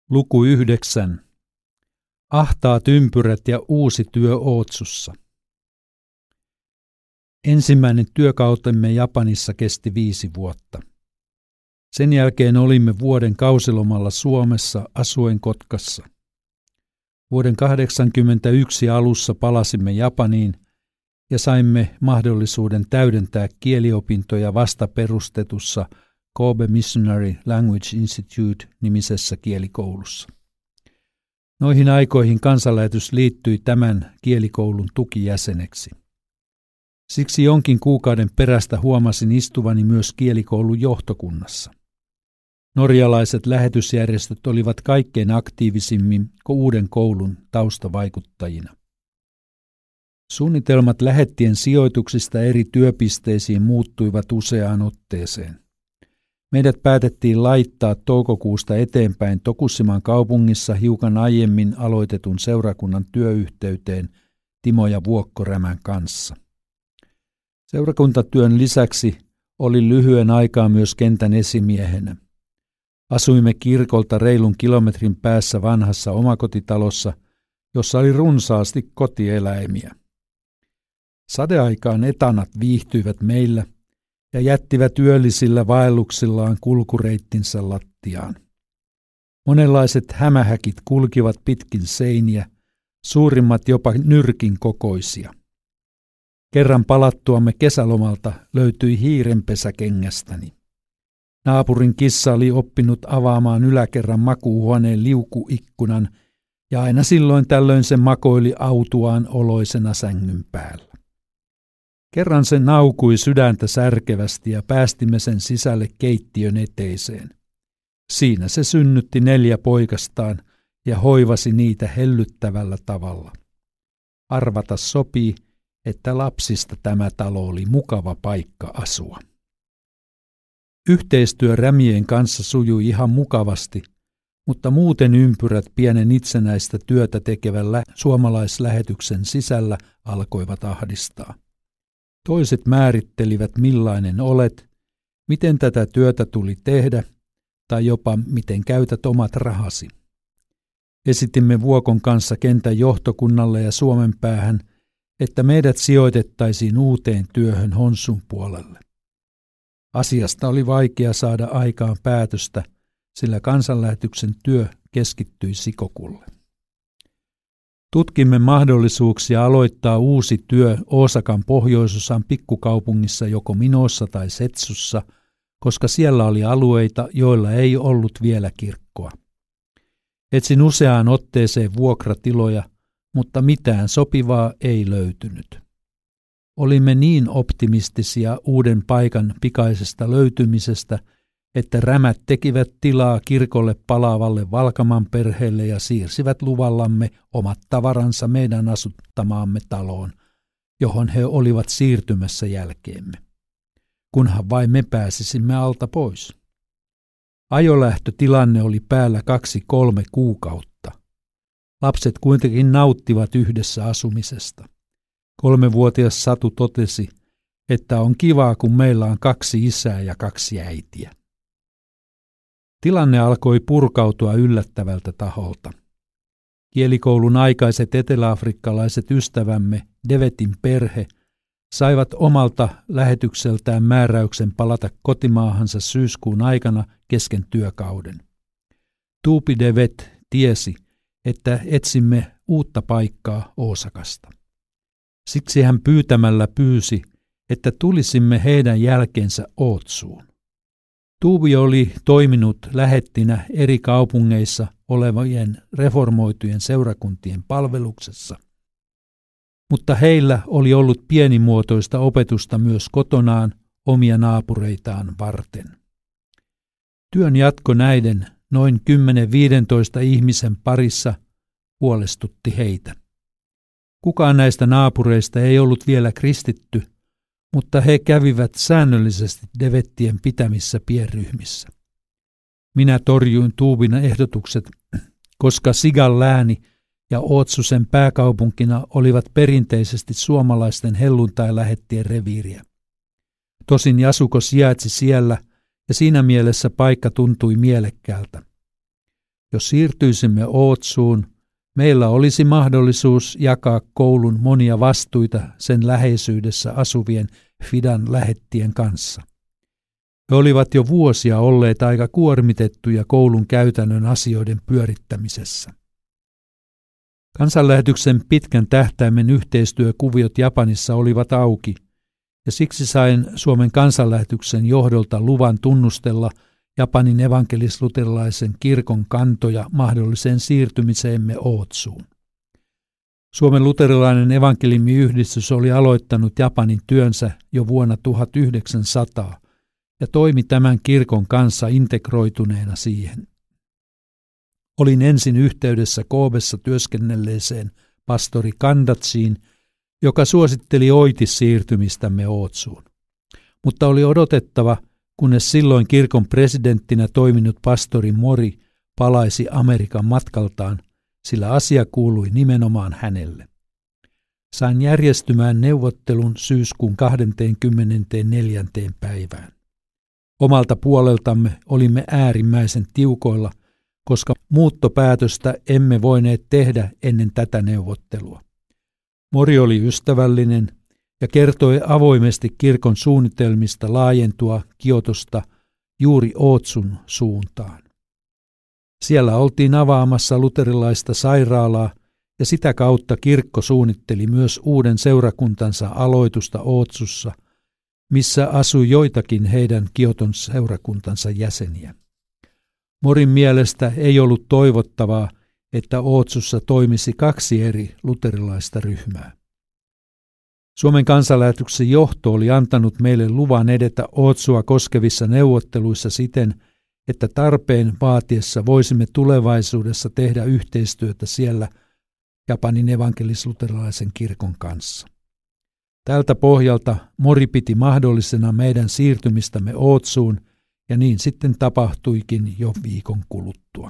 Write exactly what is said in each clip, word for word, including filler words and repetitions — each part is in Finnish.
Luku yhdeksän. Ahtaat ympyrät ja uusi työ Ootsussa. Ensimmäinen työkautemme Japanissa kesti viisi vuotta. Sen jälkeen olimme vuoden kausilomalla Suomessa asuen Kotkassa. Vuoden kahdeksankymmentäyksi alussa palasimme Japaniin ja saimme mahdollisuuden täydentää kieliopintoja vasta perustetussa Kobe Missionary Language Institute-nimisessä kielikoulussa. Noihin aikoihin kansanlähetys liittyi tämän kielikoulun tukijäseneksi. Siksi jonkin kuukauden perästä huomasin istuvani myös kielikoulun johtokunnassa. Norjalaiset lähetysjärjestöt olivat kaikkein aktiivisimmin uuden koulun taustavaikuttajina. Suunnitelmat lähettien sijoituksista eri työpisteisiin muuttuivat useaan otteeseen. Meidät päätettiin laittaa toukokuusta eteenpäin Tokushiman kaupungissa hiukan aiemmin aloitetun seurakunnan työyhteyteen Timo ja Vuokkorämän kanssa. Seurakuntatyön lisäksi oli lyhyen aikaa myös kentän esimiehenä. Asuimme kirkolta reilun kilometrin päässä vanhassa omakotitalossa, jossa oli runsaasti kotieläimiä. Sadeaikaan etanat viihtyivät meillä ja jättivät yöllisillä vaelluksillaan kulkureittinsä lattiaan. Monenlaiset hämähäkit kulkivat pitkin seiniä, suurimmat jopa nyrkin kokoisia. Kerran palattuamme kesälomalta löytyi hiirenpesäkengästäni. Naapurin kissa oli oppinut avaamaan yläkerran makuuhuoneen liukuikkunan ja aina silloin tällöin se makoili autuaan oloisena sängyn päällä. Kerran se naukui sydäntä särkevästi ja päästimme sen sisälle keittiön eteiseen. Siinä se synnytti neljä poikastaan ja hoivasi niitä hellyttävällä tavalla. Arvata sopii, että lapsista tämä talo oli mukava paikka asua. Yhteistyö rämien kanssa sujui ihan mukavasti, mutta muuten ympyrät pienen itsenäistä työtä tekevän lä- suomalaislähetyksen sisällä alkoivat ahdistaa. Toiset määrittelivät millainen olet, miten tätä työtä tuli tehdä tai jopa miten käytät omat rahasi. Esitimme Vuokon kanssa kentän johtokunnalle ja Suomen päähän, että meidät sijoitettaisiin uuteen työhön Honsun puolelle. Asiasta oli vaikea saada aikaan päätöstä, sillä kansanlähetyksen työ keskittyi Sikokulle. Tutkimme mahdollisuuksia aloittaa uusi työ Osakan pohjoisosan pikkukaupungissa joko Minossa tai Setsussa, koska siellä oli alueita, joilla ei ollut vielä kirkkoa. Etsin useaan otteeseen vuokratiloja, mutta mitään sopivaa ei löytynyt. Olimme niin optimistisia uuden paikan pikaisesta löytymisestä, että rämät tekivät tilaa kirkolle palaavalle Valkaman perheelle ja siirsivät luvallamme omat tavaransa meidän asuttamaamme taloon, johon he olivat siirtymässä jälkeemme. Kunhan vain me pääsisimme alta pois. Ajolähtötilanne oli päällä kaksi kolme kuukautta. Lapset kuitenkin nauttivat yhdessä asumisesta. Kolmevuotias Satu totesi, että on kivaa, kun meillä on kaksi isää ja kaksi äitiä. Tilanne alkoi purkautua yllättävältä taholta. Kielikoulun aikaiset eteläafrikkalaiset ystävämme, Devetin perhe, saivat omalta lähetykseltään määräyksen palata kotimaahansa syyskuun aikana kesken työkauden. Tuupi Devet tiesi, että etsimme uutta paikkaa Osakasta. Siksi hän pyytämällä pyysi, että tulisimme heidän jälkeensä Ootsuun. Tuubi oli toiminut lähettinä eri kaupungeissa olevien reformoitujen seurakuntien palveluksessa, mutta heillä oli ollut pienimuotoista opetusta myös kotonaan omia naapureitaan varten. Työn jatko näiden noin kymmenen viisitoista ihmisen parissa huolestutti heitä. Kukaan näistä naapureista ei ollut vielä kristitty, mutta he kävivät säännöllisesti Devettien pitämissä pienryhmissä. Minä torjuin Tuubin ehdotukset, koska Sigan lääni ja Ootsusen pääkaupunkina olivat perinteisesti suomalaisten helluntai-lähettien reviiriä. Tosin Yasuko sijaitsi siellä ja siinä mielessä paikka tuntui mielekkäältä. Jos siirtyisimme Ootsuun, meillä olisi mahdollisuus jakaa koulun monia vastuita sen läheisyydessä asuvien Fidan lähettien kanssa. He olivat jo vuosia olleet aika kuormitettuja koulun käytännön asioiden pyörittämisessä. Kansanlähetyksen pitkän tähtäimen yhteistyökuviot Japanissa olivat auki, ja siksi sain Suomen kansanlähetyksen johdolta luvan tunnustella Japanin evankelis-luterilaisen kirkon kantoja mahdolliseen siirtymiseemme Ootsuun. Suomen luterilainen evankelimiyhdistys oli aloittanut Japanin työnsä jo vuonna tuhatyhdeksänsataa ja toimi tämän kirkon kanssa integroituneena siihen. Olin ensin yhteydessä Koobessa työskennelleeseen pastori Kandatsiin, joka suositteli oitis siirtymistämme Ootsuun. Mutta oli odotettava, kunnes silloin kirkon presidenttinä toiminut pastori Mori palaisi Amerikan matkaltaan, sillä asia kuului nimenomaan hänelle. Sain järjestymään neuvottelun syyskuun kahdeskymmenesneljäs päivään. Omalta puoleltamme olimme äärimmäisen tiukoilla, koska muuttopäätöstä emme voineet tehdä ennen tätä neuvottelua. Mori oli ystävällinen ja kertoi avoimesti kirkon suunnitelmista laajentua Kiotosta juuri Ootsun suuntaan. Siellä oltiin avaamassa luterilaista sairaalaa ja sitä kautta kirkko suunnitteli myös uuden seurakuntansa aloitusta Ootsussa, missä asui joitakin heidän Kioton seurakuntansa jäseniä. Morin mielestä ei ollut toivottavaa, että Ootsussa toimisi kaksi eri luterilaista ryhmää. Suomen kansanlähetyksen johto oli antanut meille luvan edetä Ootsua koskevissa neuvotteluissa siten, että tarpeen vaatiessa voisimme tulevaisuudessa tehdä yhteistyötä siellä Japanin evankelis-luterilaisen kirkon kanssa. Tältä pohjalta Mori piti mahdollisena meidän siirtymistämme Ootsuun, ja niin sitten tapahtuikin jo viikon kuluttua.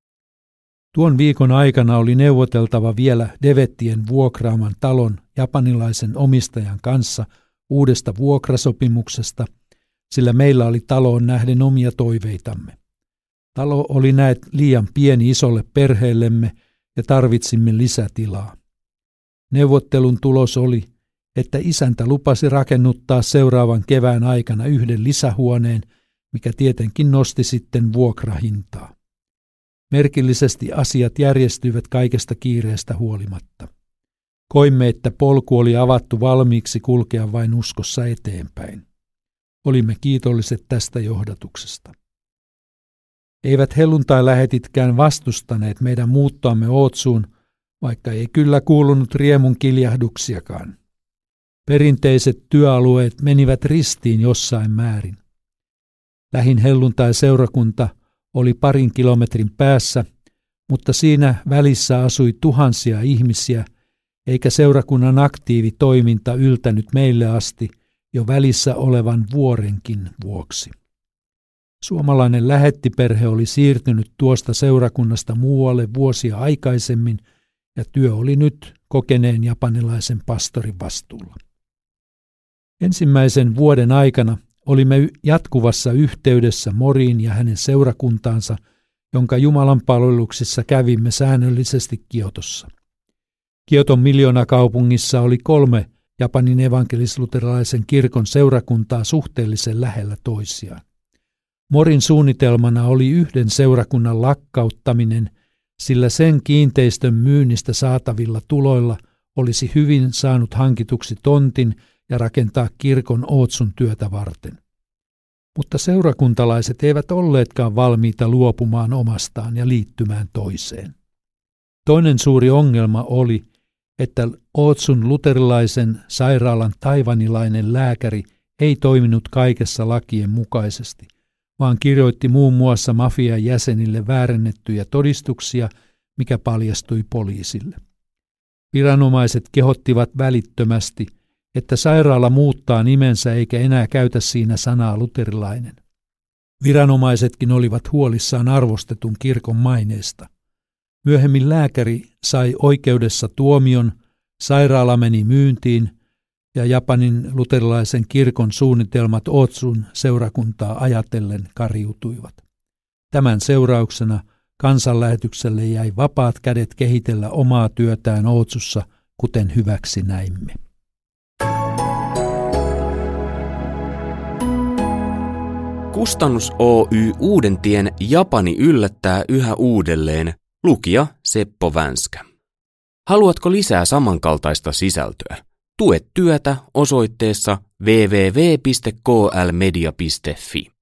Tuon viikon aikana oli neuvoteltava vielä Devettien vuokraaman talon japanilaisen omistajan kanssa uudesta vuokrasopimuksesta, sillä meillä oli taloon nähden omia toiveitamme. Talo oli näet liian pieni isolle perheellemme ja tarvitsimme lisätilaa. Neuvottelun tulos oli, että isäntä lupasi rakennuttaa seuraavan kevään aikana yhden lisähuoneen, mikä tietenkin nosti sitten vuokrahintaa. Merkillisesti asiat järjestyivät kaikesta kiireestä huolimatta. Koimme, että polku oli avattu valmiiksi kulkea vain uskossa eteenpäin. Olimme kiitolliset tästä johdatuksesta. Eivät helluntai-lähetitkään vastustaneet meidän muuttoamme Ootsuun, vaikka ei kyllä kuulunut riemun kiljahduksiakaan. Perinteiset työalueet menivät ristiin jossain määrin. Lähin helluntai-seurakunta oli parin kilometrin päässä, mutta siinä välissä asui tuhansia ihmisiä, eikä seurakunnan aktiivitoiminta yltänyt meille asti jo välissä olevan vuorenkin vuoksi. Suomalainen lähettiperhe oli siirtynyt tuosta seurakunnasta muualle vuosia aikaisemmin, ja työ oli nyt kokeneen japanilaisen pastorin vastuulla. Ensimmäisen vuoden aikana olimme jatkuvassa yhteydessä Moriin ja hänen seurakuntaansa, jonka Jumalan palveluksissa kävimme säännöllisesti Kiotossa. Kioton miljoonakaupungissa oli kolme Japanin evankelis-luterilaisen kirkon seurakuntaa suhteellisen lähellä toisiaan. Morin suunnitelmana oli yhden seurakunnan lakkauttaminen, sillä sen kiinteistön myynnistä saatavilla tuloilla olisi hyvin saanut hankituksi tontin ja rakentaa kirkon Ootsun työtä varten. Mutta seurakuntalaiset eivät olleetkaan valmiita luopumaan omastaan ja liittymään toiseen. Toinen suuri ongelma oli, että Ootsun luterilaisen sairaalan taivanilainen lääkäri ei toiminut kaikessa lakien mukaisesti, vaan kirjoitti muun muassa mafian jäsenille väärennettyjä todistuksia, mikä paljastui poliisille. Viranomaiset kehottivat välittömästi, että sairaala muuttaa nimensä eikä enää käytä siinä sanaa luterilainen. Viranomaisetkin olivat huolissaan arvostetun kirkon maineesta. Myöhemmin lääkäri sai oikeudessa tuomion, sairaala meni myyntiin ja Japanin luterilaisen kirkon suunnitelmat Ootsun seurakuntaa ajatellen kariutuivat. Tämän seurauksena Kansanlähetykselle jäi vapaat kädet kehitellä omaa työtään Ootsussa, kuten hyväksi näimme. Kustannus Oy Uudentien Japani yllättää yhä uudelleen. Lukija Seppo Vänskä. Haluatko lisää samankaltaista sisältöä? Tue työtä osoitteessa double-u double-u double-u piste k l media piste f i.